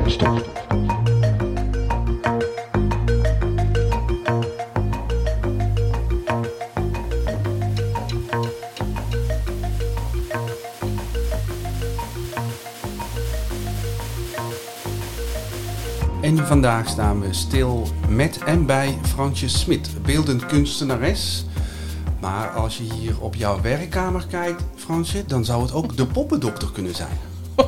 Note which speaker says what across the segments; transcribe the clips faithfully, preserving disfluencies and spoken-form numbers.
Speaker 1: brandstof.
Speaker 2: En vandaag staan we stil met en bij Fransje Smit, beeldend kunstenares. Maar als je hier op jouw werkkamer kijkt, Fransje, dan zou het ook de poppendokter kunnen zijn.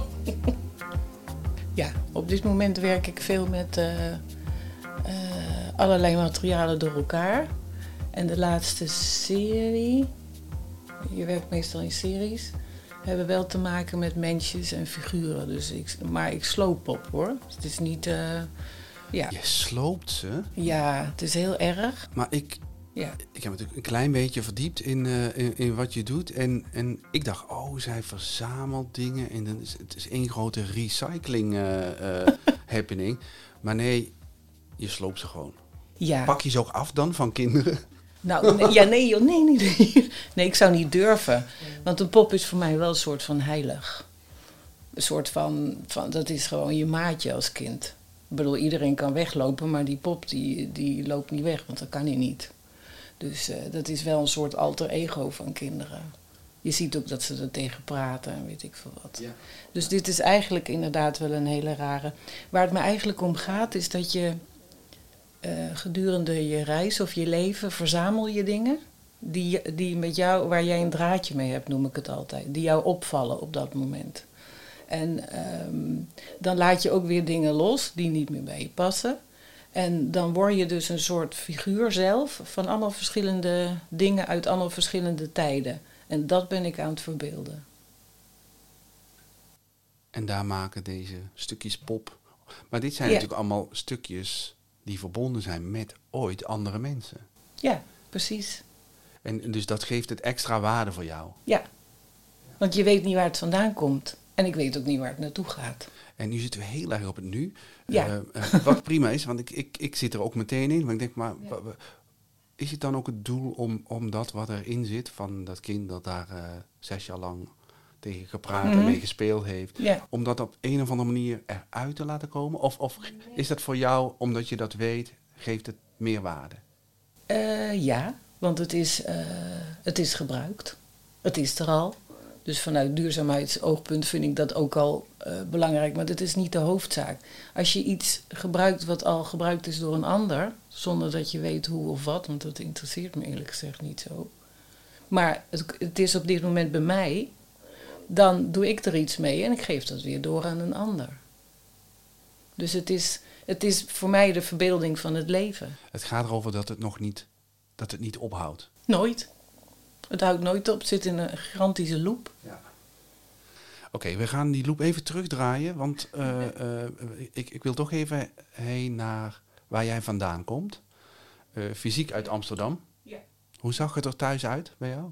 Speaker 3: Ja, op dit moment werk ik veel met uh, uh, allerlei materialen door elkaar. En de laatste serie, je werkt meestal in series, hebben wel te maken met mensjes en figuren. Dus ik, maar ik sloop pop hoor. Het is niet... Uh, ja.
Speaker 2: Je sloopt ze?
Speaker 3: Ja, het is heel erg.
Speaker 2: Maar ik,
Speaker 3: ja.
Speaker 2: ik heb natuurlijk een klein beetje verdiept in, uh, in, in wat je doet. En, en ik dacht, oh, zij verzamelt dingen. En dan is, het is één grote recycling uh, uh, happening. Maar nee, je sloopt ze gewoon.
Speaker 3: Ja.
Speaker 2: Pak je ze ook af dan van kinderen?
Speaker 3: Nou, nee, ja, nee, joh, nee, nee, nee. Nee, ik zou niet durven. Want een pop is voor mij wel een soort van heilig. Een soort van, van dat is gewoon je maatje als kind. Ik bedoel, iedereen kan weglopen, maar die pop die, die loopt niet weg, want dat kan hij niet. Dus uh, dat is wel een soort alter ego van kinderen. Je ziet ook dat ze er tegen praten en weet ik veel wat. Ja. Dus dit is eigenlijk inderdaad wel een hele rare... Waar het me eigenlijk om gaat, is dat je... Uh, gedurende je reis of je leven verzamel je dingen die, die met jou, waar jij een draadje mee hebt, noem ik het altijd. Die jou opvallen op dat moment. En um, dan laat je ook weer dingen los die niet meer bij je passen. En dan word je dus een soort figuur zelf van allemaal verschillende dingen uit allemaal verschillende tijden. En dat ben ik aan het verbeelden.
Speaker 2: En daar maken deze stukjes pop. Maar dit zijn
Speaker 3: ja.
Speaker 2: natuurlijk allemaal stukjes die verbonden zijn met ooit andere mensen.
Speaker 3: Ja, precies.
Speaker 2: En dus dat geeft het extra waarde voor jou.
Speaker 3: Ja, want je weet niet waar het vandaan komt. En ik weet ook niet waar het naartoe gaat.
Speaker 2: En nu zitten we heel erg op het nu.
Speaker 3: Ja.
Speaker 2: Uh, uh, wat prima is, want ik, ik, ik zit er ook meteen in. Maar ik denk, maar ja. w- w- is het dan ook het doel om, om dat wat erin zit... van dat kind dat daar uh, zes jaar lang tegen gepraat mm-hmm. en mee gespeeld heeft...
Speaker 3: Ja.
Speaker 2: om dat op een of andere manier eruit te laten komen? Of, of is dat voor jou, omdat je dat weet, geeft het meer waarde?
Speaker 3: Uh, ja, want het is, uh, het is gebruikt. Het is er al. Dus vanuit duurzaamheidsoogpunt vind ik dat ook al uh, belangrijk. Maar dat is niet de hoofdzaak. Als je iets gebruikt wat al gebruikt is door een ander... zonder dat je weet hoe of wat, want dat interesseert me eerlijk gezegd niet zo. Maar het, het is op dit moment bij mij... dan doe ik er iets mee en ik geef dat weer door aan een ander. Dus het is, het is voor mij de verbeelding van het leven.
Speaker 2: Het gaat erover dat het nog niet, dat het niet ophoudt.
Speaker 3: Nooit. Het houdt nooit op. Het zit in een gigantische loop. Ja.
Speaker 2: Oké, okay, we gaan die loop even terugdraaien. Want uh, uh, ik, ik wil toch even heen naar waar jij vandaan komt. Uh, fysiek uit Amsterdam. Ja. Hoe zag het er thuis uit bij jou?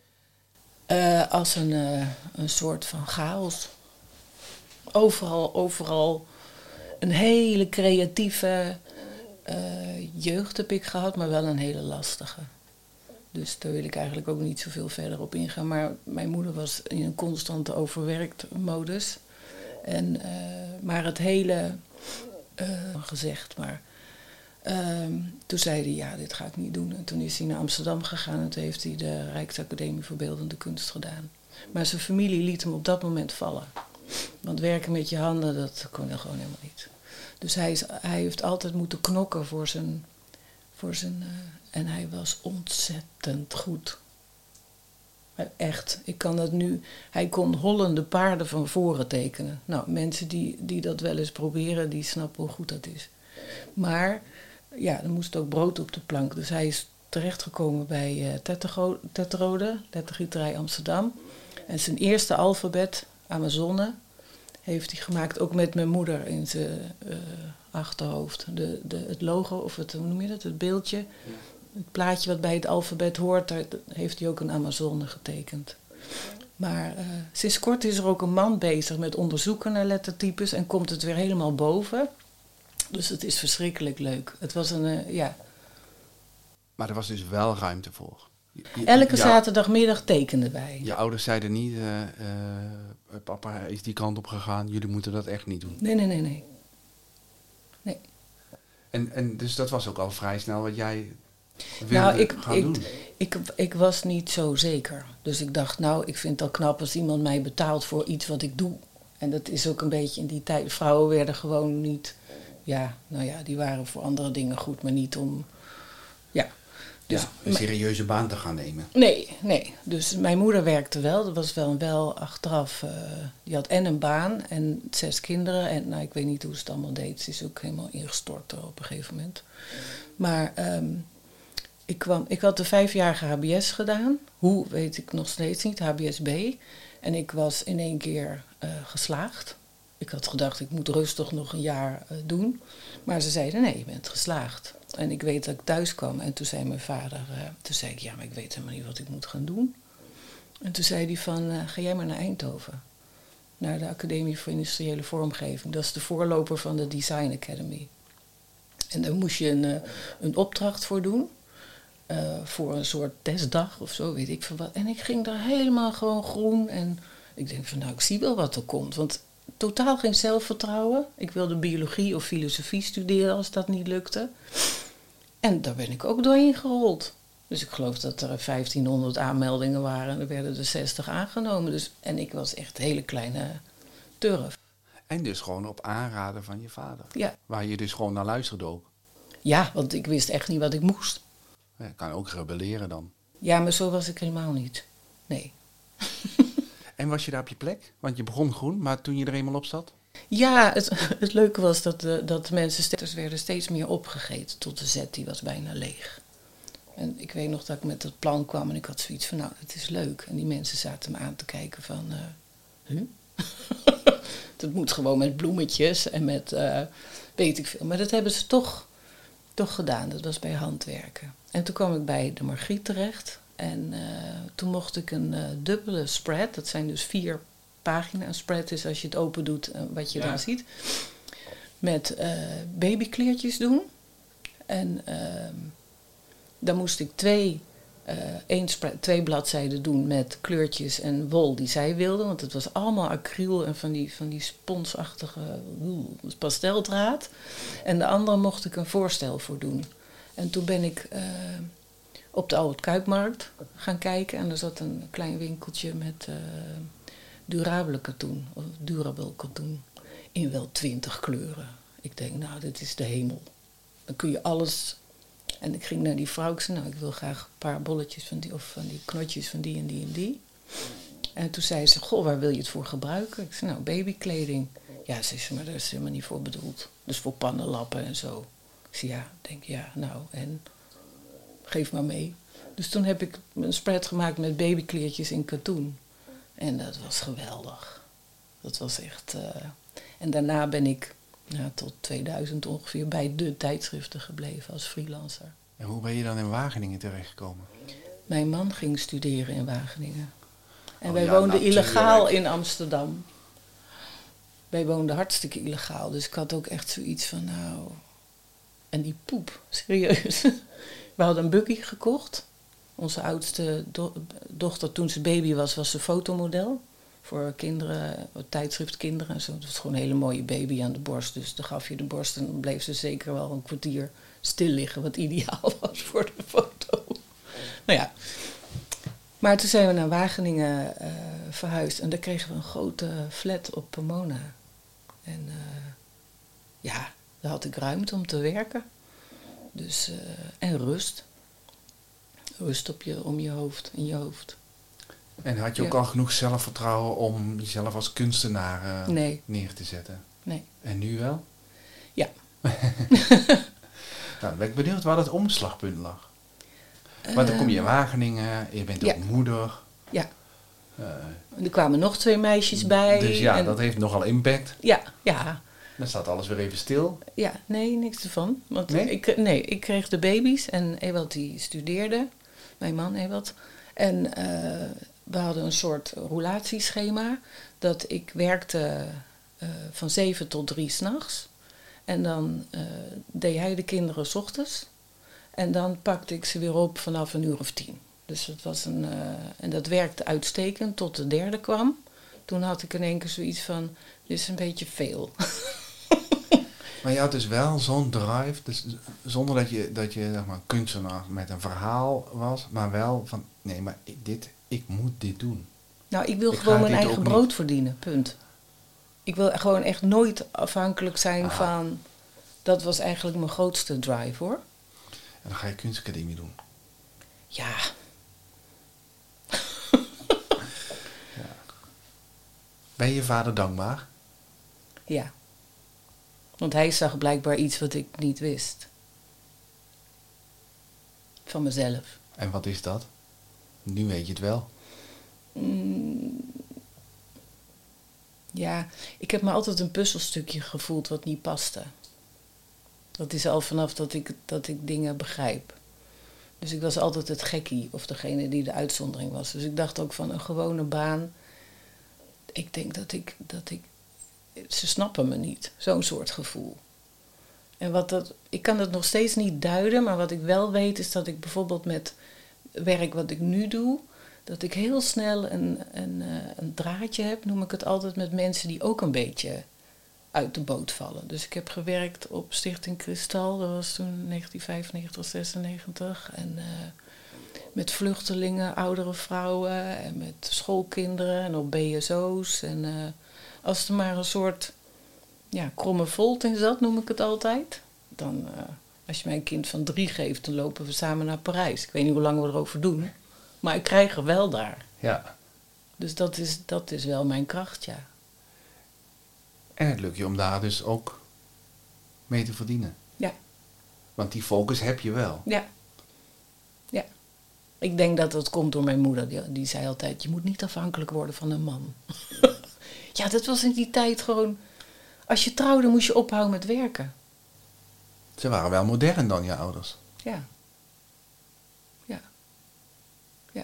Speaker 3: Uh, als een, uh, een soort van chaos. Overal, overal een hele creatieve uh, jeugd heb ik gehad, maar wel een hele lastige. Dus daar wil ik eigenlijk ook niet zoveel verder op ingaan. Maar mijn moeder was in een constante overwerkt modus. En, uh, maar het hele uh, gezegd, maar... Uh, toen zei hij, ja, dit ga ik niet doen. En toen is hij naar Amsterdam gegaan en toen heeft hij de Rijksacademie voor Beeldende Kunst gedaan. Maar zijn familie liet hem op dat moment vallen. Want werken met je handen, dat kon hij gewoon helemaal niet. Dus hij, is, hij heeft altijd moeten knokken voor zijn... Voor zijn uh, en hij was ontzettend goed. Echt, ik kan dat nu... Hij kon hollende paarden van voren tekenen. Nou, mensen die, die dat wel eens proberen, die snappen hoe goed dat is. Maar... Ja, er moest ook brood op de plank. Dus hij is terechtgekomen bij uh, Tettergo- Tetterode, lettergieterij Amsterdam. En zijn eerste alfabet, Amazone, heeft hij gemaakt. Ook met mijn moeder in zijn uh, achterhoofd. De, de, het logo, of het, hoe noem je dat, het beeldje. Het plaatje wat bij het alfabet hoort, daar heeft hij ook een Amazone getekend. Maar uh, sinds kort is er ook een man bezig met onderzoeken naar lettertypes. En komt het weer helemaal boven... Dus het is verschrikkelijk leuk. Het was een, uh, ja...
Speaker 2: Maar er was dus wel ruimte voor.
Speaker 3: Je, Elke ja, zaterdagmiddag tekenden wij.
Speaker 2: Je ouders zeiden niet... Uh, uh, papa is die kant op gegaan, jullie moeten dat echt niet doen.
Speaker 3: Nee, nee, nee, nee. nee.
Speaker 2: En, en dus dat was ook al vrij snel wat jij wilde
Speaker 3: Nou, ik,
Speaker 2: gaan
Speaker 3: ik,
Speaker 2: doen.
Speaker 3: ik, ik was niet zo zeker. Dus ik dacht, nou, ik vind het al knap als iemand mij betaalt voor iets wat ik doe. En dat is ook een beetje in die tijd. Vrouwen werden gewoon niet... Ja, nou ja, die waren voor andere dingen goed, maar niet om... Ja. Dus,
Speaker 2: ja, een serieuze baan te gaan nemen.
Speaker 3: Nee, nee. Dus mijn moeder werkte wel. Dat was wel, wel achteraf... Uh, die had en een baan en zes kinderen. En nou, ik weet niet hoe ze het allemaal deed. Ze is ook helemaal ingestort op een gegeven moment. Maar... Um, Ik, kwam, ik had de vijfjarige H B S gedaan. Hoe, weet ik nog steeds niet. H B S B. En ik was in één keer uh, geslaagd. Ik had gedacht, ik moet rustig nog een jaar uh, doen. Maar ze zeiden, nee, je bent geslaagd. En ik weet dat ik thuis kwam. En toen zei mijn vader... Uh, toen zei ik, ja, maar ik weet helemaal niet wat ik moet gaan doen. En toen zei hij van, uh, ga jij maar naar Eindhoven. Naar de Academie voor Industriële Vormgeving. Dat is de voorloper van de Design Academy. En daar moest je een, uh, een opdracht voor doen. Uh, voor een soort testdag of zo, weet ik veel wat. En ik ging daar helemaal gewoon groen. En ik denk van, nou, ik zie wel wat er komt. Want totaal geen zelfvertrouwen. Ik wilde biologie of filosofie studeren als dat niet lukte. En daar ben ik ook doorheen gerold. Dus ik geloof dat er vijftienhonderd aanmeldingen waren. En er werden er zestig aangenomen. Dus, en ik was echt een hele kleine turf.
Speaker 2: En dus gewoon op aanraden van je vader.
Speaker 3: Ja.
Speaker 2: Waar je dus gewoon naar luisterde ook.
Speaker 3: Ja, want ik wist echt niet wat ik moest.
Speaker 2: Ja, kan ook rebelleren dan.
Speaker 3: Ja, maar zo was ik helemaal niet. Nee.
Speaker 2: En was je daar op je plek? Want je begon groen, maar toen je er eenmaal op zat?
Speaker 3: Ja, het, het leuke was dat de, dat de mensen steeds, werden steeds meer opgegeten. Tot de zet, die was bijna leeg. En ik weet nog dat ik met dat plan kwam en ik had zoiets van, nou, het is leuk. En die mensen zaten me aan te kijken van, uh, huh? Dat moet gewoon met bloemetjes en met, uh, weet ik veel. Maar dat hebben ze toch, toch gedaan. Dat was bij handwerken. En toen kwam ik bij de Margriet terecht. En uh, toen mocht ik een uh, dubbele spread. Dat zijn dus vier pagina's. Een spread is als je het open doet, uh, wat je ja. dan ziet. Met uh, babykleertjes doen. En uh, dan moest ik twee, uh, één spread, twee bladzijden doen met kleurtjes en wol die zij wilden. Want het was allemaal acryl en van die, van die sponsachtige uh, pasteldraad. En de andere mocht ik een voorstel voor doen. En toen ben ik uh, op de Albert Kuipmarkt gaan kijken. En er zat een klein winkeltje met uh, durabele katoen. Of durable katoen. In wel twintig kleuren. Ik denk, nou, dit is de hemel. Dan kun je alles... En ik ging naar die vrouw. Ik zei, nou, ik wil graag een paar bolletjes van die... of van die knotjes van die en die en die. En toen zei ze, goh, waar wil je het voor gebruiken? Ik zei, nou, babykleding. Ja, ze zei, maar daar is helemaal niet voor bedoeld. Dus voor pannenlappen en zo. Ik zei, ja, denk ja, nou, en geef maar mee. Dus toen heb ik een spread gemaakt met babykleertjes in katoen. En dat was geweldig. Dat was echt... Uh... En daarna ben ik ja, tot tweeduizend ongeveer bij de tijdschriften gebleven als freelancer.
Speaker 2: En hoe ben je dan in Wageningen terechtgekomen?
Speaker 3: Mijn man ging studeren in Wageningen. En
Speaker 2: oh,
Speaker 3: wij
Speaker 2: ja,
Speaker 3: woonden
Speaker 2: natuurlijk.
Speaker 3: illegaal in Amsterdam. Wij woonden hartstikke illegaal. Dus ik had ook echt zoiets van, nou... En die poep, serieus. We hadden een buggy gekocht. Onze oudste do- dochter, toen ze baby was, was ze fotomodel. Voor kinderen, tijdschrift kinderen en zo. Het was gewoon een hele mooie baby aan de borst. Dus dan gaf je de borst en dan bleef ze zeker wel een kwartier stil liggen. Wat ideaal was voor de foto. Nou ja. Maar toen zijn we naar Wageningen uh, verhuisd. En daar kregen we een grote flat op Pomona. En uh, ja... Daar had ik ruimte om te werken. Dus, uh, en rust. Rust op je, om je hoofd, in je hoofd.
Speaker 2: En had je ook
Speaker 3: ja.
Speaker 2: al genoeg zelfvertrouwen om jezelf als kunstenaar uh,
Speaker 3: nee.
Speaker 2: neer te zetten?
Speaker 3: Nee.
Speaker 2: En nu wel?
Speaker 3: Ja.
Speaker 2: Nou, dan ben ik benieuwd waar dat omslagpunt lag. Uh, Want dan kom je in Wageningen, je bent
Speaker 3: ja.
Speaker 2: ook moeder.
Speaker 3: Ja.
Speaker 2: Uh,
Speaker 3: en er kwamen nog twee meisjes bij.
Speaker 2: Dus ja,
Speaker 3: en,
Speaker 2: dat heeft nogal impact.
Speaker 3: Ja, ja.
Speaker 2: Dan staat alles weer even stil.
Speaker 3: Ja, nee, niks ervan. Want
Speaker 2: nee?
Speaker 3: Ik, nee, ik kreeg de baby's en Ewald die studeerde. Mijn man Ewald. En uh, we hadden een soort roulatieschema. Dat ik werkte uh, van zeven tot drie 's nachts. En dan uh, deed hij de kinderen 's ochtends. En dan pakte ik ze weer op vanaf een uur of tien. Dus dat was een... Uh, en dat werkte uitstekend tot de derde kwam. Toen had ik in één keer zoiets van... Dit is een beetje veel.
Speaker 2: Maar je had dus wel zo'n drive, dus zonder dat je, dat je zeg maar, kunstenaar met een verhaal was, maar wel van, nee, maar ik, dit, ik moet dit doen.
Speaker 3: Nou, ik wil
Speaker 2: Ik
Speaker 3: gewoon
Speaker 2: ga
Speaker 3: mijn
Speaker 2: dit
Speaker 3: eigen
Speaker 2: ook
Speaker 3: brood
Speaker 2: niet-
Speaker 3: verdienen, punt. Ik wil gewoon echt nooit afhankelijk zijn
Speaker 2: Ah.
Speaker 3: van... Dat was eigenlijk mijn grootste drive, hoor.
Speaker 2: En dan ga je kunstacademie doen.
Speaker 3: Ja,
Speaker 2: Ben je je vader dankbaar?
Speaker 3: ja. Want hij zag blijkbaar iets wat ik niet wist. Van mezelf.
Speaker 2: En wat is dat? Nu weet je het wel.
Speaker 3: Mm, ja, ik heb me altijd een puzzelstukje gevoeld wat niet paste. Dat is al vanaf dat ik, dat ik dingen begrijp. Dus ik was altijd het gekkie of degene die de uitzondering was. Dus ik dacht ook van een gewone baan. Ik denk dat ik, dat ik... Ze snappen me niet. Zo'n soort gevoel. En wat dat... Ik kan het nog steeds niet duiden, maar wat ik wel weet is dat ik bijvoorbeeld met werk wat ik nu doe, dat ik heel snel een, een, eh, een draadje heb, noem ik het altijd, met mensen die ook een beetje uit de boot vallen. Dus ik heb gewerkt op Stichting Kristal, dat was toen negentien vijfennegentig, zesennegentig. En uh, met vluchtelingen, oudere vrouwen en met schoolkinderen en op B S O's. En uh, als er maar een soort ja, kromme volt in zat, noem ik het altijd. Dan, uh, als je mij een kind van drie geeft, dan lopen we samen naar Parijs. Ik weet niet hoe lang we erover doen, maar ik krijg er wel daar.
Speaker 2: Ja.
Speaker 3: Dus dat is, dat is wel mijn kracht, ja.
Speaker 2: En het lukt je om daar dus ook mee te verdienen.
Speaker 3: Ja.
Speaker 2: Want die focus heb je wel.
Speaker 3: Ja. Ja. Ik denk dat dat komt door mijn moeder. Die, die zei altijd, je moet niet afhankelijk worden van een man. Ja, dat was in die tijd gewoon... Als je trouwde, moest je ophouden met werken.
Speaker 2: Ze waren wel modern dan, je ouders.
Speaker 3: Ja. Ja. Ja.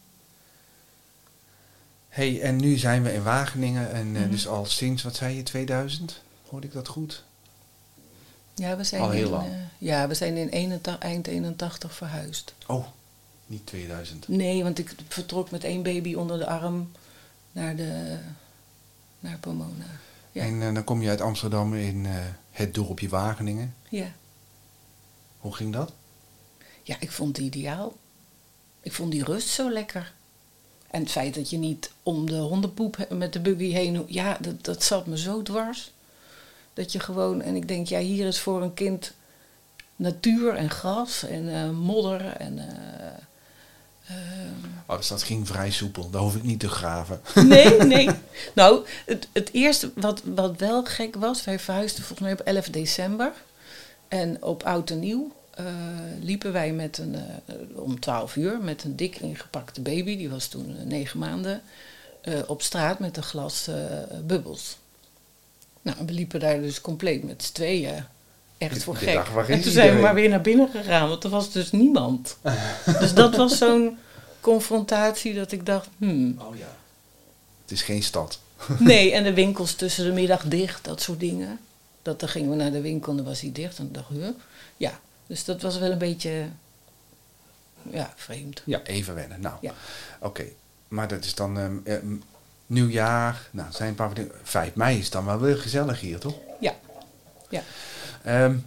Speaker 2: Hey, en nu zijn we in Wageningen. En uh,
Speaker 3: Mhm.
Speaker 2: dus al sinds, wat zei je, tweeduizend? Hoorde ik dat goed?
Speaker 3: Ja, we zijn
Speaker 2: Al heel
Speaker 3: in,
Speaker 2: lang.
Speaker 3: uh, ja, we zijn in eenentachtig, eind eenentachtig verhuisd.
Speaker 2: Oh, niet tweeduizend.
Speaker 3: Nee, want ik vertrok met één baby onder de arm naar, de, naar Pomona. Ja.
Speaker 2: En uh, dan kom je uit Amsterdam in uh, het dorpje Wageningen.
Speaker 3: Ja.
Speaker 2: Hoe ging dat?
Speaker 3: Ja, ik vond het ideaal. Ik vond die rust zo lekker. En het feit dat je niet om de hondenpoep met de buggy heen... Ja, dat, dat zat me zo dwars. Dat je gewoon... En ik denk, ja, hier is voor een kind natuur en gras en uh, modder en... Uh, uh,
Speaker 2: Oh, dus dat ging vrij soepel. Daar hoef ik niet te graven.
Speaker 3: Nee, nee. Nou, het, het eerste wat, wat wel gek was... Wij verhuisden volgens mij op elf december. En op Oud en Nieuw uh, liepen wij met een, uh, om twaalf uur... met een dik ingepakte baby. Die was toen uh, negen maanden. Uh, op straat met een glas uh, bubbels. Nou, we liepen daar dus compleet met z'n tweeën. Echt voor
Speaker 2: Je
Speaker 3: gek.
Speaker 2: dacht, waar
Speaker 3: En
Speaker 2: is
Speaker 3: toen zijn we
Speaker 2: iedereen?
Speaker 3: maar weer naar binnen gegaan. Want er was dus niemand. Dus dat was zo'n confrontatie dat ik dacht... Hmm,
Speaker 2: Oh ja. Het is geen stad.
Speaker 3: nee, en de winkels tussen de middag dicht, dat soort dingen. Dat, dan gingen we naar de winkel en dan was hij dicht. En dan dacht ik, huh? Ja, dus dat was wel een beetje, ja, vreemd.
Speaker 2: Ja, even wennen. Nou,
Speaker 3: Ja.
Speaker 2: oké. Okay. Maar dat is dan um, um, nieuwjaar. Nou, zijn een paar dingen. vijf mei is dan wel weer gezellig hier, toch?
Speaker 3: Ja, ja.
Speaker 2: Um,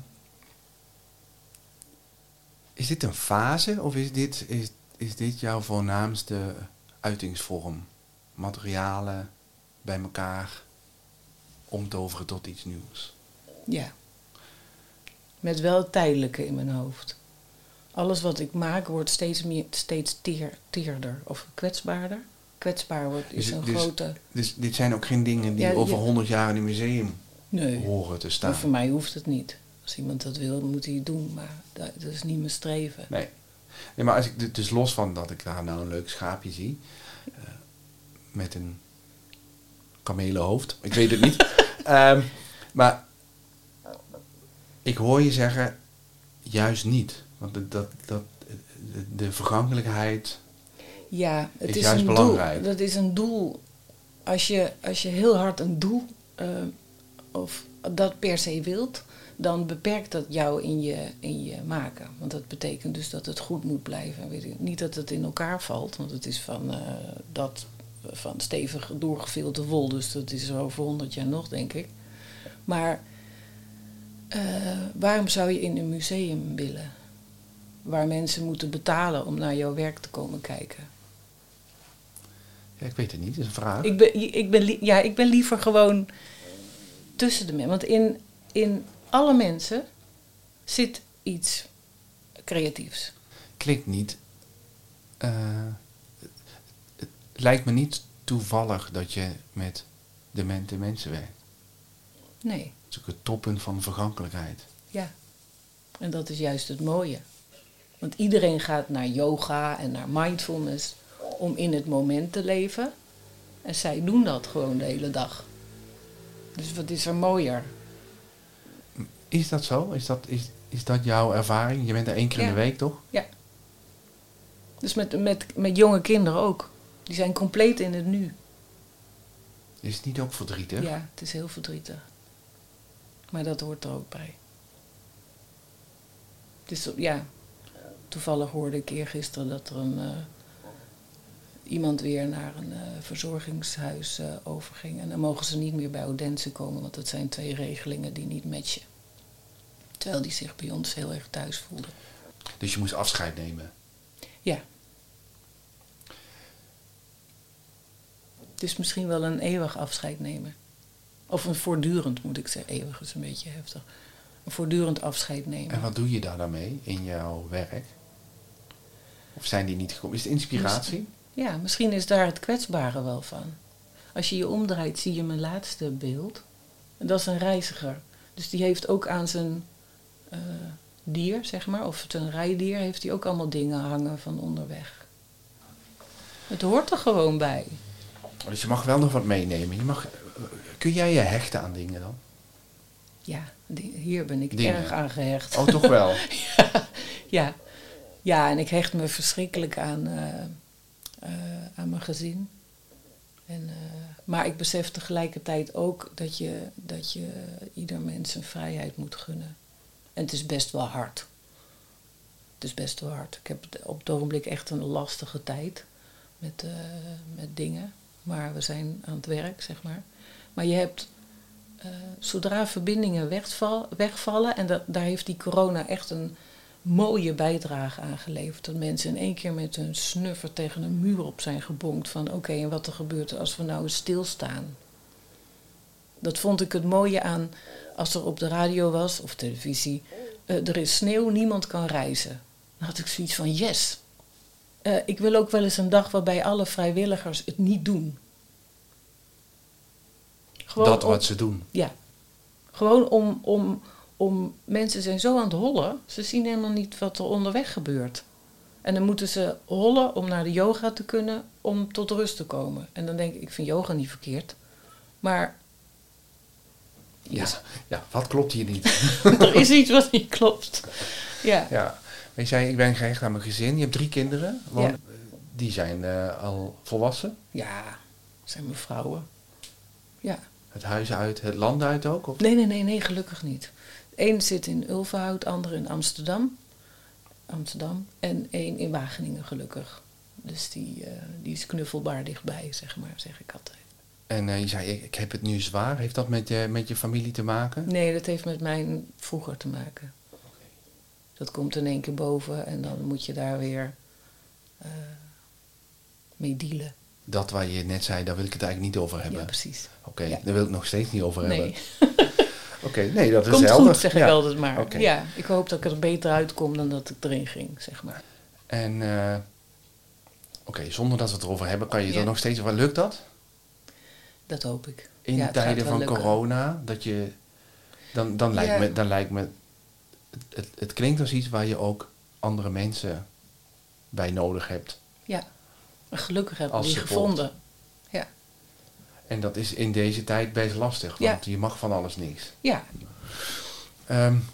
Speaker 2: is dit een fase of is dit, is, is dit jouw voornaamste uitingsvorm? Materialen bij elkaar omtoveren tot iets nieuws?
Speaker 3: Ja. Met wel het tijdelijke in mijn hoofd. Alles wat ik maak wordt steeds, meer, steeds teer, teerder of kwetsbaarder. Kwetsbaar wordt is
Speaker 2: Dus-
Speaker 3: een
Speaker 2: dus-
Speaker 3: grote...
Speaker 2: Dus dit zijn ook geen dingen die
Speaker 3: Ja,
Speaker 2: over
Speaker 3: ja.
Speaker 2: honderd jaar in een museum
Speaker 3: Nee,
Speaker 2: horen te staan.
Speaker 3: maar voor mij hoeft het niet. Als iemand dat wil, moet hij het doen. Maar dat, dat is niet mijn streven.
Speaker 2: Nee. Nee, maar als ik dus los van dat ik daar nou een leuk schaapje zie, uh, met een kamelenhoofd, ik weet het niet. um, maar ik hoor je zeggen, juist niet. Want dat, dat, dat, de, de vergankelijkheid
Speaker 3: Ja, het
Speaker 2: is
Speaker 3: is,
Speaker 2: juist
Speaker 3: een
Speaker 2: belangrijk.
Speaker 3: doel. Dat is een doel. Als je, als je heel hard een doel uh, of dat per se wilt, dan beperkt dat jou in je, in je maken. Want dat betekent dus dat het goed moet blijven. Weet je, niet dat het in elkaar valt, want het is van, uh, dat, van stevig doorgevilte wol. Dus dat is er over honderd jaar nog, denk ik. Maar Uh, waarom zou je in een museum willen? Waar mensen moeten betalen om naar jouw werk te komen kijken.
Speaker 2: Ja, ik weet het niet, dat is een vraag.
Speaker 3: Ik ben, ik ben, li- ja, ik ben liever gewoon tussen de mensen. Want in, in alle mensen zit iets creatiefs.
Speaker 2: Klinkt niet... Uh, het, het lijkt me niet toevallig dat je met demente mensen werkt.
Speaker 3: Nee.
Speaker 2: Het is ook het toppunt van vergankelijkheid.
Speaker 3: Ja. En dat is juist het mooie. Want iedereen gaat naar yoga en naar mindfulness om in het moment te leven. En zij doen dat gewoon de hele dag. Dus wat is er mooier?
Speaker 2: Is dat zo? Is dat, is, is dat jouw ervaring? Je bent er één keer
Speaker 3: ja.
Speaker 2: in de week, toch?
Speaker 3: Ja. Dus met, met, met jonge kinderen ook. Die zijn compleet in het nu.
Speaker 2: Is het niet ook verdrietig?
Speaker 3: Ja, het is heel verdrietig. Maar dat hoort er ook bij. Dus ja, toevallig hoorde ik eergisteren dat er een, uh, iemand weer naar een uh, verzorgingshuis uh, overging. En dan mogen ze niet meer bij Odense komen, want dat zijn twee regelingen die niet matchen. Terwijl die zich bij ons heel erg thuis voelde.
Speaker 2: Dus je moest afscheid nemen?
Speaker 3: Ja. Dus misschien wel een eeuwig afscheid nemen. Of een voortdurend, moet ik zeggen. Eeuwig is een beetje heftig. Een voortdurend afscheid nemen.
Speaker 2: En wat doe je daar dan mee in jouw werk? Of zijn die niet gekomen? Is het inspiratie?
Speaker 3: Ja, misschien is daar het kwetsbare wel van. Als je je omdraait, zie je mijn laatste beeld. En dat is een reiziger. Dus die heeft ook aan zijn uh, dier, zeg maar, of zijn rijdier, heeft hij ook allemaal dingen hangen van onderweg. Het hoort er gewoon bij.
Speaker 2: Dus je mag wel nog wat meenemen. Je mag, kun jij je hechten aan dingen dan?
Speaker 3: Ja, die, hier ben ik
Speaker 2: dingen.
Speaker 3: erg aan gehecht.
Speaker 2: Oh, toch wel?
Speaker 3: ja, ja. ja, en ik hecht me verschrikkelijk aan, uh, uh, aan mijn gezin. En, uh, maar ik besef tegelijkertijd ook dat je, dat je ieder mens een vrijheid moet gunnen. En het is best wel hard. Het is best wel hard. Ik heb op het ogenblik echt een lastige tijd met, uh, met dingen. Maar we zijn aan het werk, zeg maar. Maar je hebt, uh, zodra verbindingen wegval, wegvallen... en dat, daar heeft die corona echt een mooie bijdrage aan geleverd... dat mensen in één keer met hun snuffer tegen een muur op zijn gebonkt... van oké, okay, en wat er gebeurt als we nou eens stilstaan. Dat vond ik het mooie aan als er op de radio was of televisie... Uh, er is sneeuw, niemand kan reizen. Dan had ik zoiets van yes... Uh, ik wil ook wel eens een dag waarbij alle vrijwilligers het niet doen.
Speaker 2: Gewoon dat wat om, ze doen?
Speaker 3: Ja. Gewoon om, om, om... Mensen zijn zo aan het hollen. Ze zien helemaal niet wat er onderweg gebeurt. En dan moeten ze hollen om naar de yoga te kunnen... om tot rust te komen. En dan denk ik, ik vind yoga niet verkeerd. Maar...
Speaker 2: Ja, ja, ja wat klopt hier niet?
Speaker 3: Er is iets wat niet klopt. Ja.
Speaker 2: Ja. Je zei, ik ben gehecht aan mijn gezin. Je hebt drie kinderen. Want ja. Die zijn uh, al volwassen?
Speaker 3: Ja, zijn mijn vrouwen. Ja.
Speaker 2: Het huis uit, het land uit ook? Of?
Speaker 3: Nee, nee, nee, nee, gelukkig niet. Eén zit in Ulvenhout, de andere in Amsterdam. Amsterdam. En één in Wageningen, gelukkig. Dus die, uh, die is knuffelbaar dichtbij, zeg maar, zeg ik altijd.
Speaker 2: En uh, je zei, ik, ik heb het nu zwaar. Heeft dat met je, met je familie te maken?
Speaker 3: Nee, dat heeft met mijn vroeger te maken. Dat komt in één keer boven en dan moet je daar weer uh, mee dealen.
Speaker 2: Dat waar je net zei, daar wil ik het eigenlijk niet over hebben.
Speaker 3: Ja, precies.
Speaker 2: Oké, okay,
Speaker 3: ja.
Speaker 2: daar wil ik nog steeds niet over
Speaker 3: nee.
Speaker 2: hebben. Oké, okay, nee, dat is
Speaker 3: komt
Speaker 2: helder.
Speaker 3: Komt goed, zeg
Speaker 2: ja.
Speaker 3: ik altijd maar.
Speaker 2: Okay.
Speaker 3: Ja, ik hoop dat ik er beter uitkom dan dat ik erin ging, zeg maar.
Speaker 2: En, uh, oké, okay, zonder dat we het erover hebben, kan je
Speaker 3: ja.
Speaker 2: er nog steeds over... Lukt dat?
Speaker 3: Dat hoop ik.
Speaker 2: In
Speaker 3: ja,
Speaker 2: tijden van lukken. corona, dat je... Dan, dan, lijkt
Speaker 3: ja.
Speaker 2: me, dan lijkt me... Het, het, het klinkt als iets waar je ook andere mensen bij nodig hebt.
Speaker 3: Ja, gelukkig heb ik die
Speaker 2: support.
Speaker 3: gevonden. Ja.
Speaker 2: En dat is in deze tijd best lastig, want ja. je mag van alles niks.
Speaker 3: Ja.
Speaker 2: Um,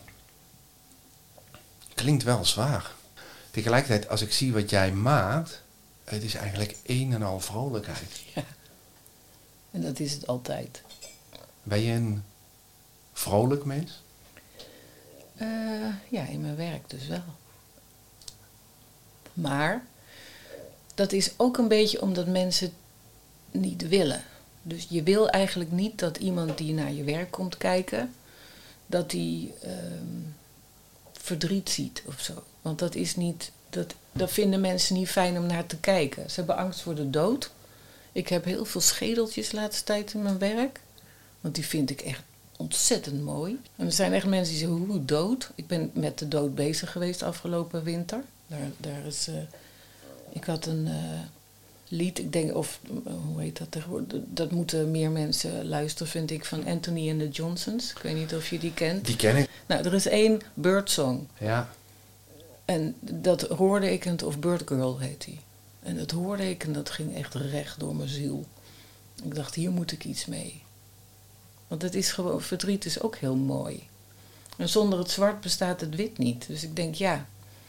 Speaker 2: klinkt wel zwaar. Tegelijkertijd, als ik zie wat jij maakt, het is eigenlijk een en al vrolijkheid.
Speaker 3: Ja. En dat is het altijd.
Speaker 2: Ben je een vrolijk mens?
Speaker 3: Uh, ja, in mijn werk dus wel. Maar dat is ook een beetje omdat mensen niet willen. Dus je wil eigenlijk niet dat iemand die naar je werk komt kijken... dat hij ehm, verdriet ziet of zo. Want dat is niet, dat, dat vinden mensen niet fijn om naar te kijken. Ze hebben angst voor de dood. Ik heb heel veel schedeltjes de laatste tijd in mijn werk. Want die vind ik echt ontzettend mooi. En er zijn echt mensen die zeggen, hoe dood? Ik ben met de dood bezig geweest afgelopen winter. Daar, daar is, uh, ik had een uh, lied, ik denk, of uh, hoe heet dat tegenwoordig? Dat moeten meer mensen luisteren, vind ik, van Anthony and the Johnsons. Ik weet niet of je die kent.
Speaker 2: Die ken ik.
Speaker 3: Nou, er is één Birdsong.
Speaker 2: Ja.
Speaker 3: En dat hoorde ik, en, of Bird Girl heet die. En dat hoorde ik en dat ging echt recht door mijn ziel. Ik dacht, hier moet ik iets mee. Want het is gewoon, verdriet is ook heel mooi. En zonder het zwart bestaat het wit niet. Dus ik denk, ja,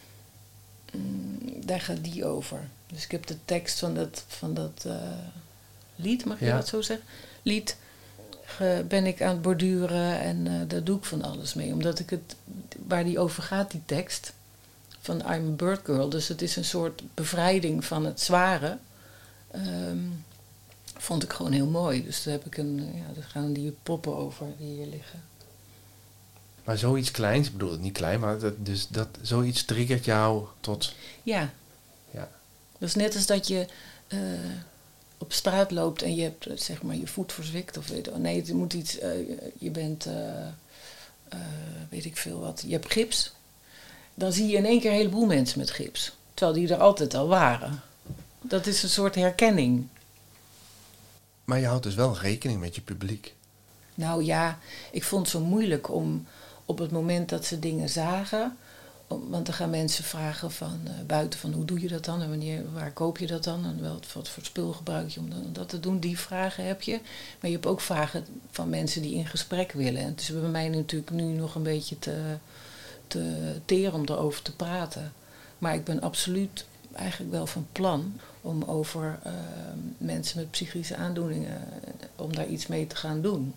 Speaker 3: mm, daar gaat die over. Dus ik heb de tekst van dat, van dat uh, lied, mag je
Speaker 2: ja.
Speaker 3: dat zo zeggen? Lied ge, ben ik aan het borduren en uh, daar doe ik van alles mee. Omdat ik het, waar die over gaat, die tekst, van I'm a Bird Girl. Dus het is een soort bevrijding van het zware. Um, vond ik gewoon heel mooi. Dus daar heb ik een, ja, daar gaan die poppen over die hier liggen.
Speaker 2: Maar zoiets kleins, ik bedoel het niet klein, maar dat, dus dat, zoiets triggert jou tot...
Speaker 3: Ja.
Speaker 2: ja.
Speaker 3: Dat is net als dat je uh, op straat loopt en je hebt, zeg maar, je voet verzwikt of weet je, oh nee, het moet iets, uh, je bent, uh, uh, weet ik veel wat, je hebt gips. Dan zie je in één keer een heleboel mensen met gips. Terwijl die er altijd al waren. Dat is een soort herkenning.
Speaker 2: Maar je houdt dus wel rekening met je publiek.
Speaker 3: Nou ja, ik vond het zo moeilijk om op het moment dat ze dingen zagen... Om, want dan gaan mensen vragen van uh, buiten van hoe doe je dat dan? En wanneer, waar koop je dat dan? En wat, wat voor spul gebruik je om, dan, om dat te doen? Die vragen heb je. Maar je hebt ook vragen van mensen die in gesprek willen. En het is bij mij natuurlijk nu nog een beetje te, te teer om erover te praten. Maar ik ben absoluut eigenlijk wel van plan om over uh, mensen met psychische aandoeningen, om daar iets mee te gaan doen.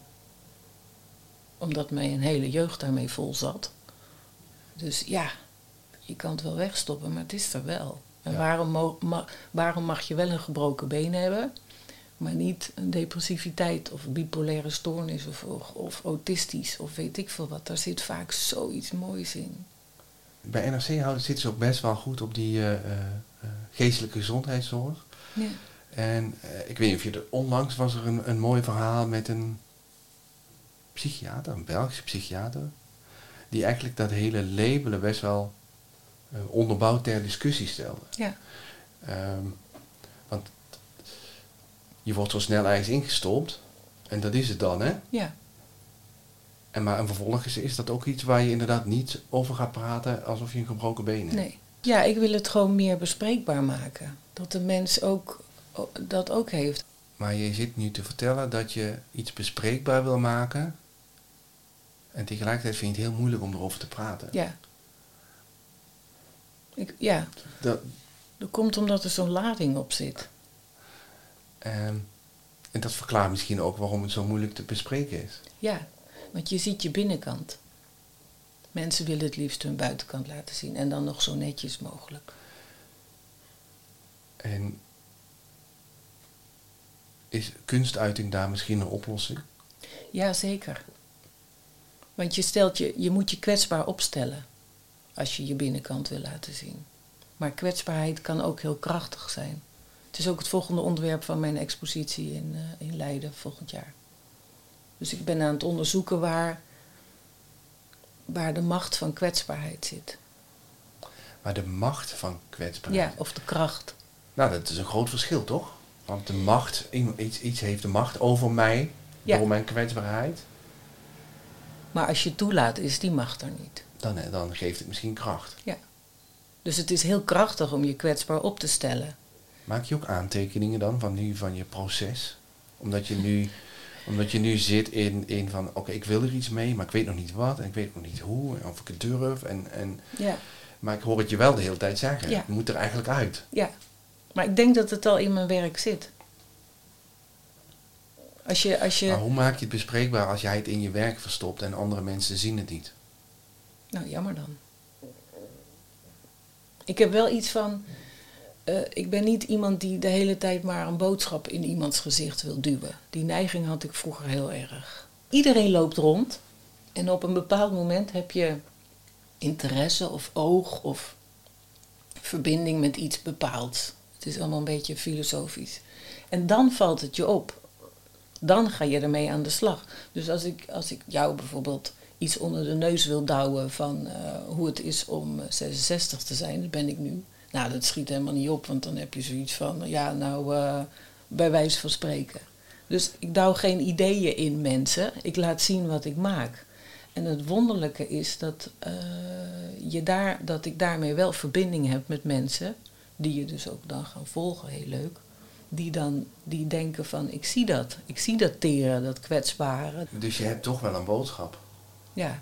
Speaker 3: Omdat mijn hele jeugd daarmee vol zat. Dus ja, je kan het wel wegstoppen, maar het is er wel. En ja. waarom, mo- ma- waarom mag je wel een gebroken been hebben, maar niet een depressiviteit of bipolaire stoornis of, of, of autistisch of weet ik veel wat. Daar zit vaak zoiets moois in.
Speaker 2: Bij N R C houden zitten ze ook best wel goed op die uh, uh, geestelijke gezondheidszorg.
Speaker 3: Ja.
Speaker 2: En uh, ik weet niet of je er onlangs was er een, een mooi verhaal met een psychiater, een Belgische psychiater, die eigenlijk dat hele labelen best wel uh, onderbouwd ter discussie stelde.
Speaker 3: Ja.
Speaker 2: Um, want je wordt zo snel ergens ingestopt en dat is het dan, hè?
Speaker 3: Ja.
Speaker 2: En maar en vervolgens is dat ook iets waar je inderdaad niet over gaat praten alsof je een gebroken been hebt.
Speaker 3: Nee. Ja, ik wil het gewoon meer bespreekbaar maken. Dat de mens ook dat ook heeft.
Speaker 2: Maar je zit nu te vertellen dat je iets bespreekbaar wil maken. En tegelijkertijd vind je het heel moeilijk om erover te praten.
Speaker 3: Ja. Ik, ja.
Speaker 2: Dat,
Speaker 3: dat komt omdat er zo'n lading op zit.
Speaker 2: Um, en dat verklaart misschien ook waarom het zo moeilijk te bespreken is.
Speaker 3: Ja, want je ziet je binnenkant. Mensen willen het liefst hun buitenkant laten zien. En dan nog zo netjes mogelijk.
Speaker 2: En is kunstuiting daar misschien een oplossing?
Speaker 3: Ja, zeker. Want je, stelt je, je moet je kwetsbaar opstellen als je je binnenkant wil laten zien. Maar kwetsbaarheid kan ook heel krachtig zijn. Het is ook het volgende onderwerp van mijn expositie in, uh, in Leiden volgend jaar. Dus ik ben aan het onderzoeken waar, waar de macht van kwetsbaarheid zit.
Speaker 2: Maar de macht van kwetsbaarheid?
Speaker 3: Ja, of de kracht.
Speaker 2: Nou, dat is een groot verschil, toch? Want de macht, iets, iets heeft de macht over mij, ja. Door mijn kwetsbaarheid.
Speaker 3: Maar als je het toelaat, is die macht er niet.
Speaker 2: Dan, dan geeft het misschien kracht.
Speaker 3: Ja. Dus het is heel krachtig om je kwetsbaar op te stellen.
Speaker 2: Maak je ook aantekeningen dan van, nu, van je proces? Omdat je nu, omdat je nu zit in, in van, oké, okay, ik wil er iets mee, maar ik weet nog niet wat. En ik weet nog niet hoe, of ik het durf. En, en,
Speaker 3: ja.
Speaker 2: Maar ik hoor het je wel de hele tijd zeggen.
Speaker 3: Ja.
Speaker 2: Het moet er eigenlijk uit.
Speaker 3: Ja, maar ik denk dat het al in mijn werk zit. Als je, als je...
Speaker 2: Maar hoe maak je het bespreekbaar als jij het in je werk verstopt en andere mensen zien het niet?
Speaker 3: Nou, jammer dan. Ik heb wel iets van... Uh, ik ben niet iemand die de hele tijd maar een boodschap in iemands gezicht wil duwen. Die neiging had ik vroeger heel erg. Iedereen loopt rond En op een bepaald moment heb je interesse of oog of verbinding met iets bepaalds. Het is allemaal een beetje filosofisch. En dan valt het je op. Dan ga je ermee aan de slag. Dus als ik, als ik jou bijvoorbeeld iets onder de neus wil douwen van uh, hoe het is om zesenzestig te zijn, dat ben ik nu. Nou, dat schiet helemaal niet op, want dan heb je zoiets van, ja, nou, uh, bij wijze van spreken. Dus ik douw geen ideeën in mensen, ik laat zien wat ik maak. En het wonderlijke is dat, uh, je daar, dat ik daarmee wel verbinding heb met mensen, die je dus ook dan gaan volgen, heel leuk. Die dan die denken van, ik zie dat. Ik zie dat tere, dat kwetsbare.
Speaker 2: Dus je hebt toch wel een boodschap.
Speaker 3: Ja.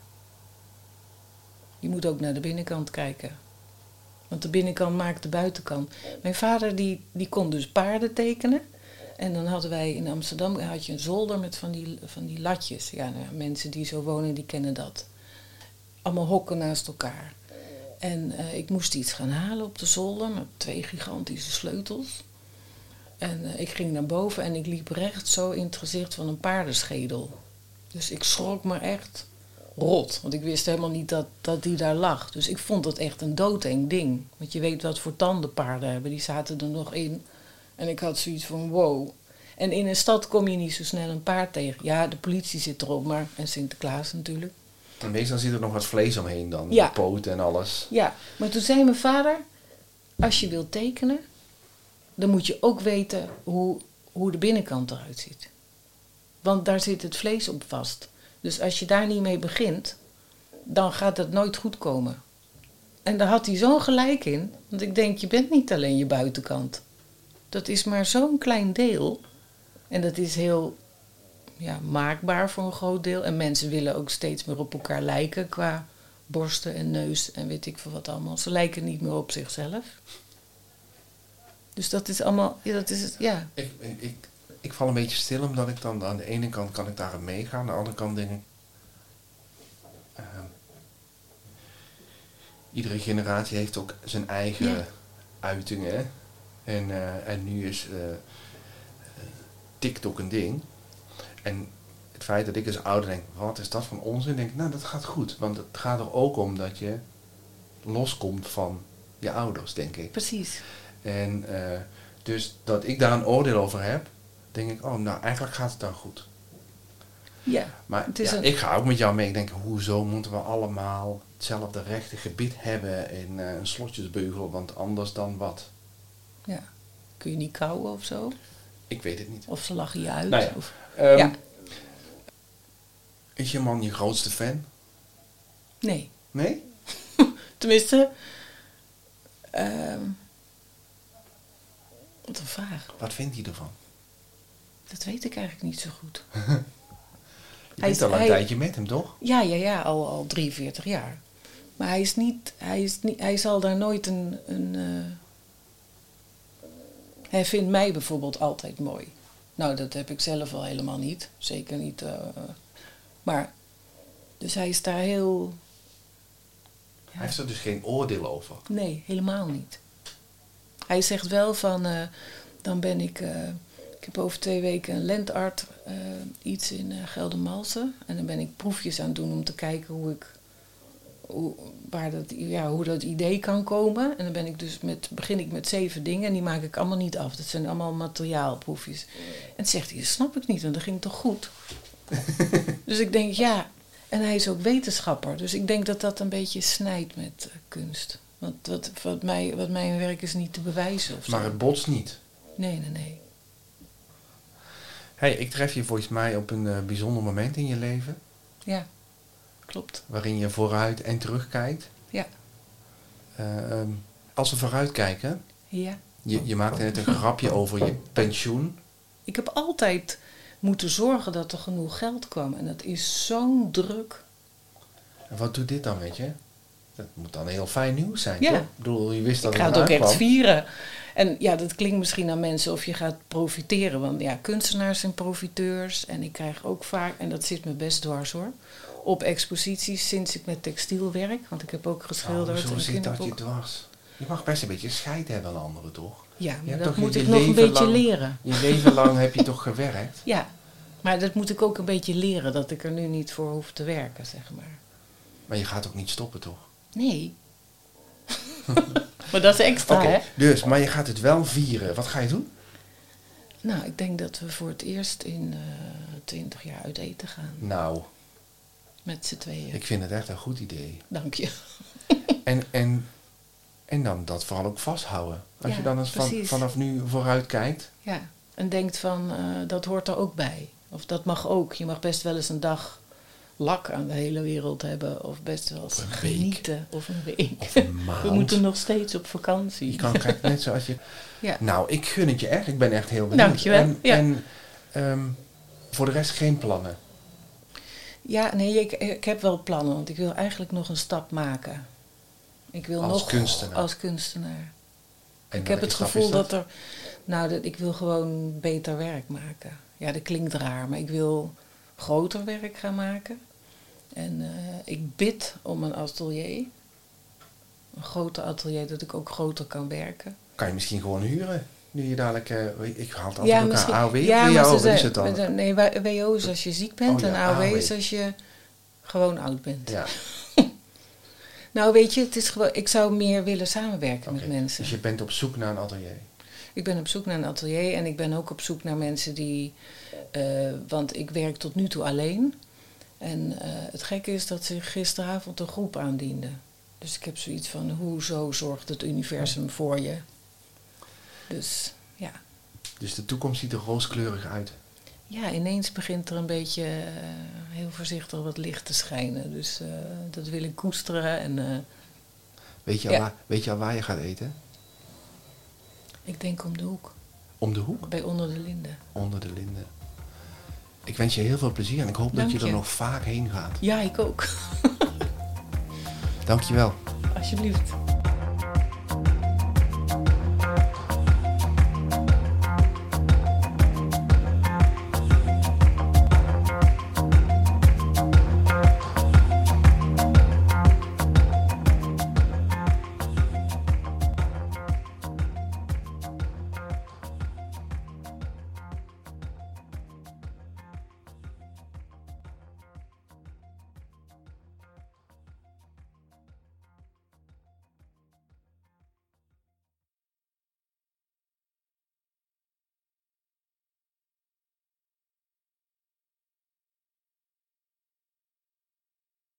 Speaker 3: Je moet ook naar de binnenkant kijken. Want de binnenkant maakt de buitenkant. Mijn vader die, die kon dus paarden tekenen. En dan hadden wij in Amsterdam had je een zolder met van die, van die latjes. Ja, nou, mensen die zo wonen, die kennen dat. Allemaal hokken naast elkaar. En uh, ik moest iets gaan halen op de zolder met twee gigantische sleutels. En uh, ik ging naar boven en ik liep recht zo in het gezicht van een paardenschedel. Dus ik schrok me echt rot. Want ik wist helemaal niet dat, dat die daar lag. Dus ik vond het echt een doodeng ding. Want je weet wat voor tanden paarden hebben. Die zaten er nog in. En ik had zoiets van wow. En in een stad kom je niet zo snel een paard tegen. Ja, de politie zit erop, maar en Sinterklaas natuurlijk.
Speaker 2: En meestal zit er nog wat vlees omheen dan.
Speaker 3: Ja.
Speaker 2: De poten en alles.
Speaker 3: Ja, maar toen zei mijn vader, als je wilt tekenen, dan moet je ook weten hoe, hoe de binnenkant eruit ziet. Want daar zit het vlees op vast. Dus als je daar niet mee begint, dan gaat het nooit goed komen. En daar had hij zo'n gelijk in. Want ik denk, je bent niet alleen je buitenkant. Dat is maar zo'n klein deel. En dat is heel ja, maakbaar voor een groot deel. En mensen willen ook steeds meer op elkaar lijken qua borsten en neus en weet ik veel wat allemaal. Ze lijken niet meer op zichzelf. Dus dat is allemaal, ja, dat is het, ja.
Speaker 2: Ik, ik, ik, ik val een beetje stil omdat ik dan aan de ene kant kan ik daarin meegaan. Aan de andere kant denk ik, uh, iedere generatie heeft ook zijn eigen ja. uitingen. Hè? En, uh, en nu is uh, uh, TikTok een ding. En het feit dat ik als ouder denk, wat is dat van onzin? Denk ik, nou dat gaat goed. Want het gaat er ook om dat je loskomt van je ouders, denk ik.
Speaker 3: Precies.
Speaker 2: En uh, dus dat ik daar een oordeel over heb, denk ik, oh nou eigenlijk gaat het dan goed.
Speaker 3: Ja.
Speaker 2: Maar
Speaker 3: het is
Speaker 2: ja,
Speaker 3: een...
Speaker 2: ik ga ook met jou mee. Ik denk, hoezo moeten we allemaal hetzelfde rechte gebied hebben en uh, een slotjesbeugel, want anders dan wat?
Speaker 3: Ja. Kun je niet kauwen of zo?
Speaker 2: Ik weet het niet.
Speaker 3: Of ze lachen je uit?
Speaker 2: Nou ja.
Speaker 3: Of...
Speaker 2: Um,
Speaker 3: ja.
Speaker 2: Is je man je grootste fan?
Speaker 3: Nee.
Speaker 2: Nee?
Speaker 3: Tenminste, uh, wat een vraag.
Speaker 2: Wat vindt hij ervan?
Speaker 3: Dat weet ik eigenlijk niet zo goed.
Speaker 2: Je bent al een hij, tijdje met hem, toch?
Speaker 3: Ja, ja, ja, al, al drieënveertig jaar. Maar hij is niet, hij is niet, hij zal daar nooit een, een uh, hij vindt mij bijvoorbeeld altijd mooi. Nou, dat heb ik zelf al helemaal niet. Zeker niet. Uh, maar, dus hij is daar heel... Ja.
Speaker 2: Hij heeft er dus geen oordeel over?
Speaker 3: Nee, helemaal niet. Hij zegt wel van, uh, dan ben ik... Uh, ik heb over twee weken een lentart, uh, iets in uh, Geldermalsen. En dan ben ik proefjes aan het doen om te kijken hoe ik... Hoe, waar dat, ja, hoe dat idee kan komen. En dan ben ik dus met, begin ik met zeven dingen en die maak ik allemaal niet af. Dat zijn allemaal materiaalproefjes. En dan zegt hij, dat snap ik niet, want dat ging toch goed? Dus ik denk, ja... En hij is ook wetenschapper, dus ik denk dat dat een beetje snijdt met uh, kunst. Want wat, wat, mij, wat mijn werk is niet te bewijzen of zo.
Speaker 2: Maar het botst niet?
Speaker 3: Nee, nee, nee.
Speaker 2: Hey, ik tref je volgens mij op een uh, bijzonder moment in je leven.
Speaker 3: Ja, klopt.
Speaker 2: Waarin je vooruit en terugkijkt.
Speaker 3: Ja.
Speaker 2: Uh, um, als we vooruit kijken.
Speaker 3: Ja.
Speaker 2: Je, je maakte net een grapje over je pensioen.
Speaker 3: Ik heb altijd... moeten zorgen dat er genoeg geld kwam. En dat is zo'n druk.
Speaker 2: En wat doet dit dan, weet je? Dat moet dan heel fijn nieuws zijn,
Speaker 3: ja.
Speaker 2: toch? Ik bedoel, je wist dat
Speaker 3: ik
Speaker 2: het
Speaker 3: ga het ook
Speaker 2: aankwam.
Speaker 3: echt vieren. En ja, dat klinkt misschien aan mensen of je gaat profiteren. Want ja, kunstenaars zijn profiteurs. En ik krijg ook vaak, en dat zit me best dwars hoor... op exposities sinds ik met textiel werk. Want ik heb ook geschilderd.
Speaker 2: Oh, zo
Speaker 3: en
Speaker 2: zit dat je
Speaker 3: kinderboek.
Speaker 2: dwars. Je mag best een beetje scheid hebben aan anderen, toch?
Speaker 3: Ja, maar
Speaker 2: je
Speaker 3: dat
Speaker 2: toch
Speaker 3: moet
Speaker 2: je
Speaker 3: ik nog een beetje
Speaker 2: lang,
Speaker 3: leren.
Speaker 2: Je leven lang heb je toch gewerkt?
Speaker 3: Ja, Maar dat moet ik ook een beetje leren, dat ik er nu niet voor hoef te werken, zeg maar.
Speaker 2: Maar je gaat ook niet stoppen, toch?
Speaker 3: Nee. Maar dat is extra,
Speaker 2: Oké,
Speaker 3: hè?
Speaker 2: dus, maar je gaat het wel vieren. Wat ga je doen?
Speaker 3: Nou, ik denk dat we voor het eerst in twintig jaar uit eten gaan.
Speaker 2: Nou,
Speaker 3: Met z'n tweeën.
Speaker 2: ik vind het echt een goed idee.
Speaker 3: Dank je.
Speaker 2: En, en, en dan dat vooral ook vasthouden. Als
Speaker 3: Ja,
Speaker 2: je dan eens van,
Speaker 3: precies.
Speaker 2: vanaf nu vooruit kijkt.
Speaker 3: Ja, en denkt van, uh, dat hoort er ook bij. Of dat mag ook. Je mag best wel eens een dag lak aan de hele wereld hebben. Of best wel eens
Speaker 2: Of een week.
Speaker 3: genieten. Of een week.
Speaker 2: Of een maand.
Speaker 3: We moeten nog steeds op vakantie.
Speaker 2: Je kan kijken, net zoals je...
Speaker 3: Ja.
Speaker 2: Nou, ik gun het je echt. Ik ben echt heel benieuwd.
Speaker 3: Dankjewel.
Speaker 2: En,
Speaker 3: Ja.
Speaker 2: en um, voor de rest geen plannen?
Speaker 3: Ja, nee, ik, ik heb wel plannen. Want ik wil eigenlijk nog een stap maken. Ik wil
Speaker 2: Als
Speaker 3: nog
Speaker 2: kunstenaar?
Speaker 3: Als kunstenaar.
Speaker 2: En
Speaker 3: Ik heb
Speaker 2: welke
Speaker 3: het
Speaker 2: stap
Speaker 3: gevoel
Speaker 2: is
Speaker 3: dat? dat er... Nou, dat, ik wil gewoon beter werk maken. Ja, dat klinkt raar, maar ik wil groter werk gaan maken. En uh, ik bid om een atelier. Een groter atelier, dat ik ook groter kan werken.
Speaker 2: Kan je misschien gewoon huren? Nu je dadelijk... Uh, ik haal het altijd
Speaker 3: Ja,
Speaker 2: elkaar
Speaker 3: misschien-
Speaker 2: A O W of
Speaker 3: ja,
Speaker 2: W
Speaker 3: maar
Speaker 2: O,
Speaker 3: ze
Speaker 2: wat is
Speaker 3: zeggen-
Speaker 2: het dan?
Speaker 3: met- Nee, W O is als je ziek bent
Speaker 2: Oh ja,
Speaker 3: en A O W
Speaker 2: A O W.
Speaker 3: is als je gewoon oud bent.
Speaker 2: Ja,
Speaker 3: Nou, weet je, het is gewoon, ik zou meer willen samenwerken
Speaker 2: oké.
Speaker 3: met mensen.
Speaker 2: Dus je bent op zoek naar een atelier?
Speaker 3: Ik ben op zoek naar een atelier en ik ben ook op zoek naar mensen die... Uh, want ik werk tot nu toe alleen. En uh, het gekke is dat zich gisteravond een groep aandiende. Dus ik heb zoiets van, hoezo zorgt het universum voor je? Dus, ja.
Speaker 2: Dus de toekomst ziet er rooskleurig uit?
Speaker 3: Ja, ineens begint er een beetje uh, heel voorzichtig wat licht te schijnen. Dus uh, dat wil ik koesteren. En, uh,
Speaker 2: weet, je al
Speaker 3: ja.
Speaker 2: waar, weet je al waar je gaat eten?
Speaker 3: Ik denk om de hoek.
Speaker 2: Om de hoek?
Speaker 3: Bij Onder de Linden.
Speaker 2: Onder de linden. Ik wens je heel veel plezier en ik hoop
Speaker 3: Dank
Speaker 2: dat je,
Speaker 3: je.
Speaker 2: er nog vaak heen gaat.
Speaker 3: Ja, ik ook.
Speaker 2: Dankjewel.
Speaker 3: Alsjeblieft.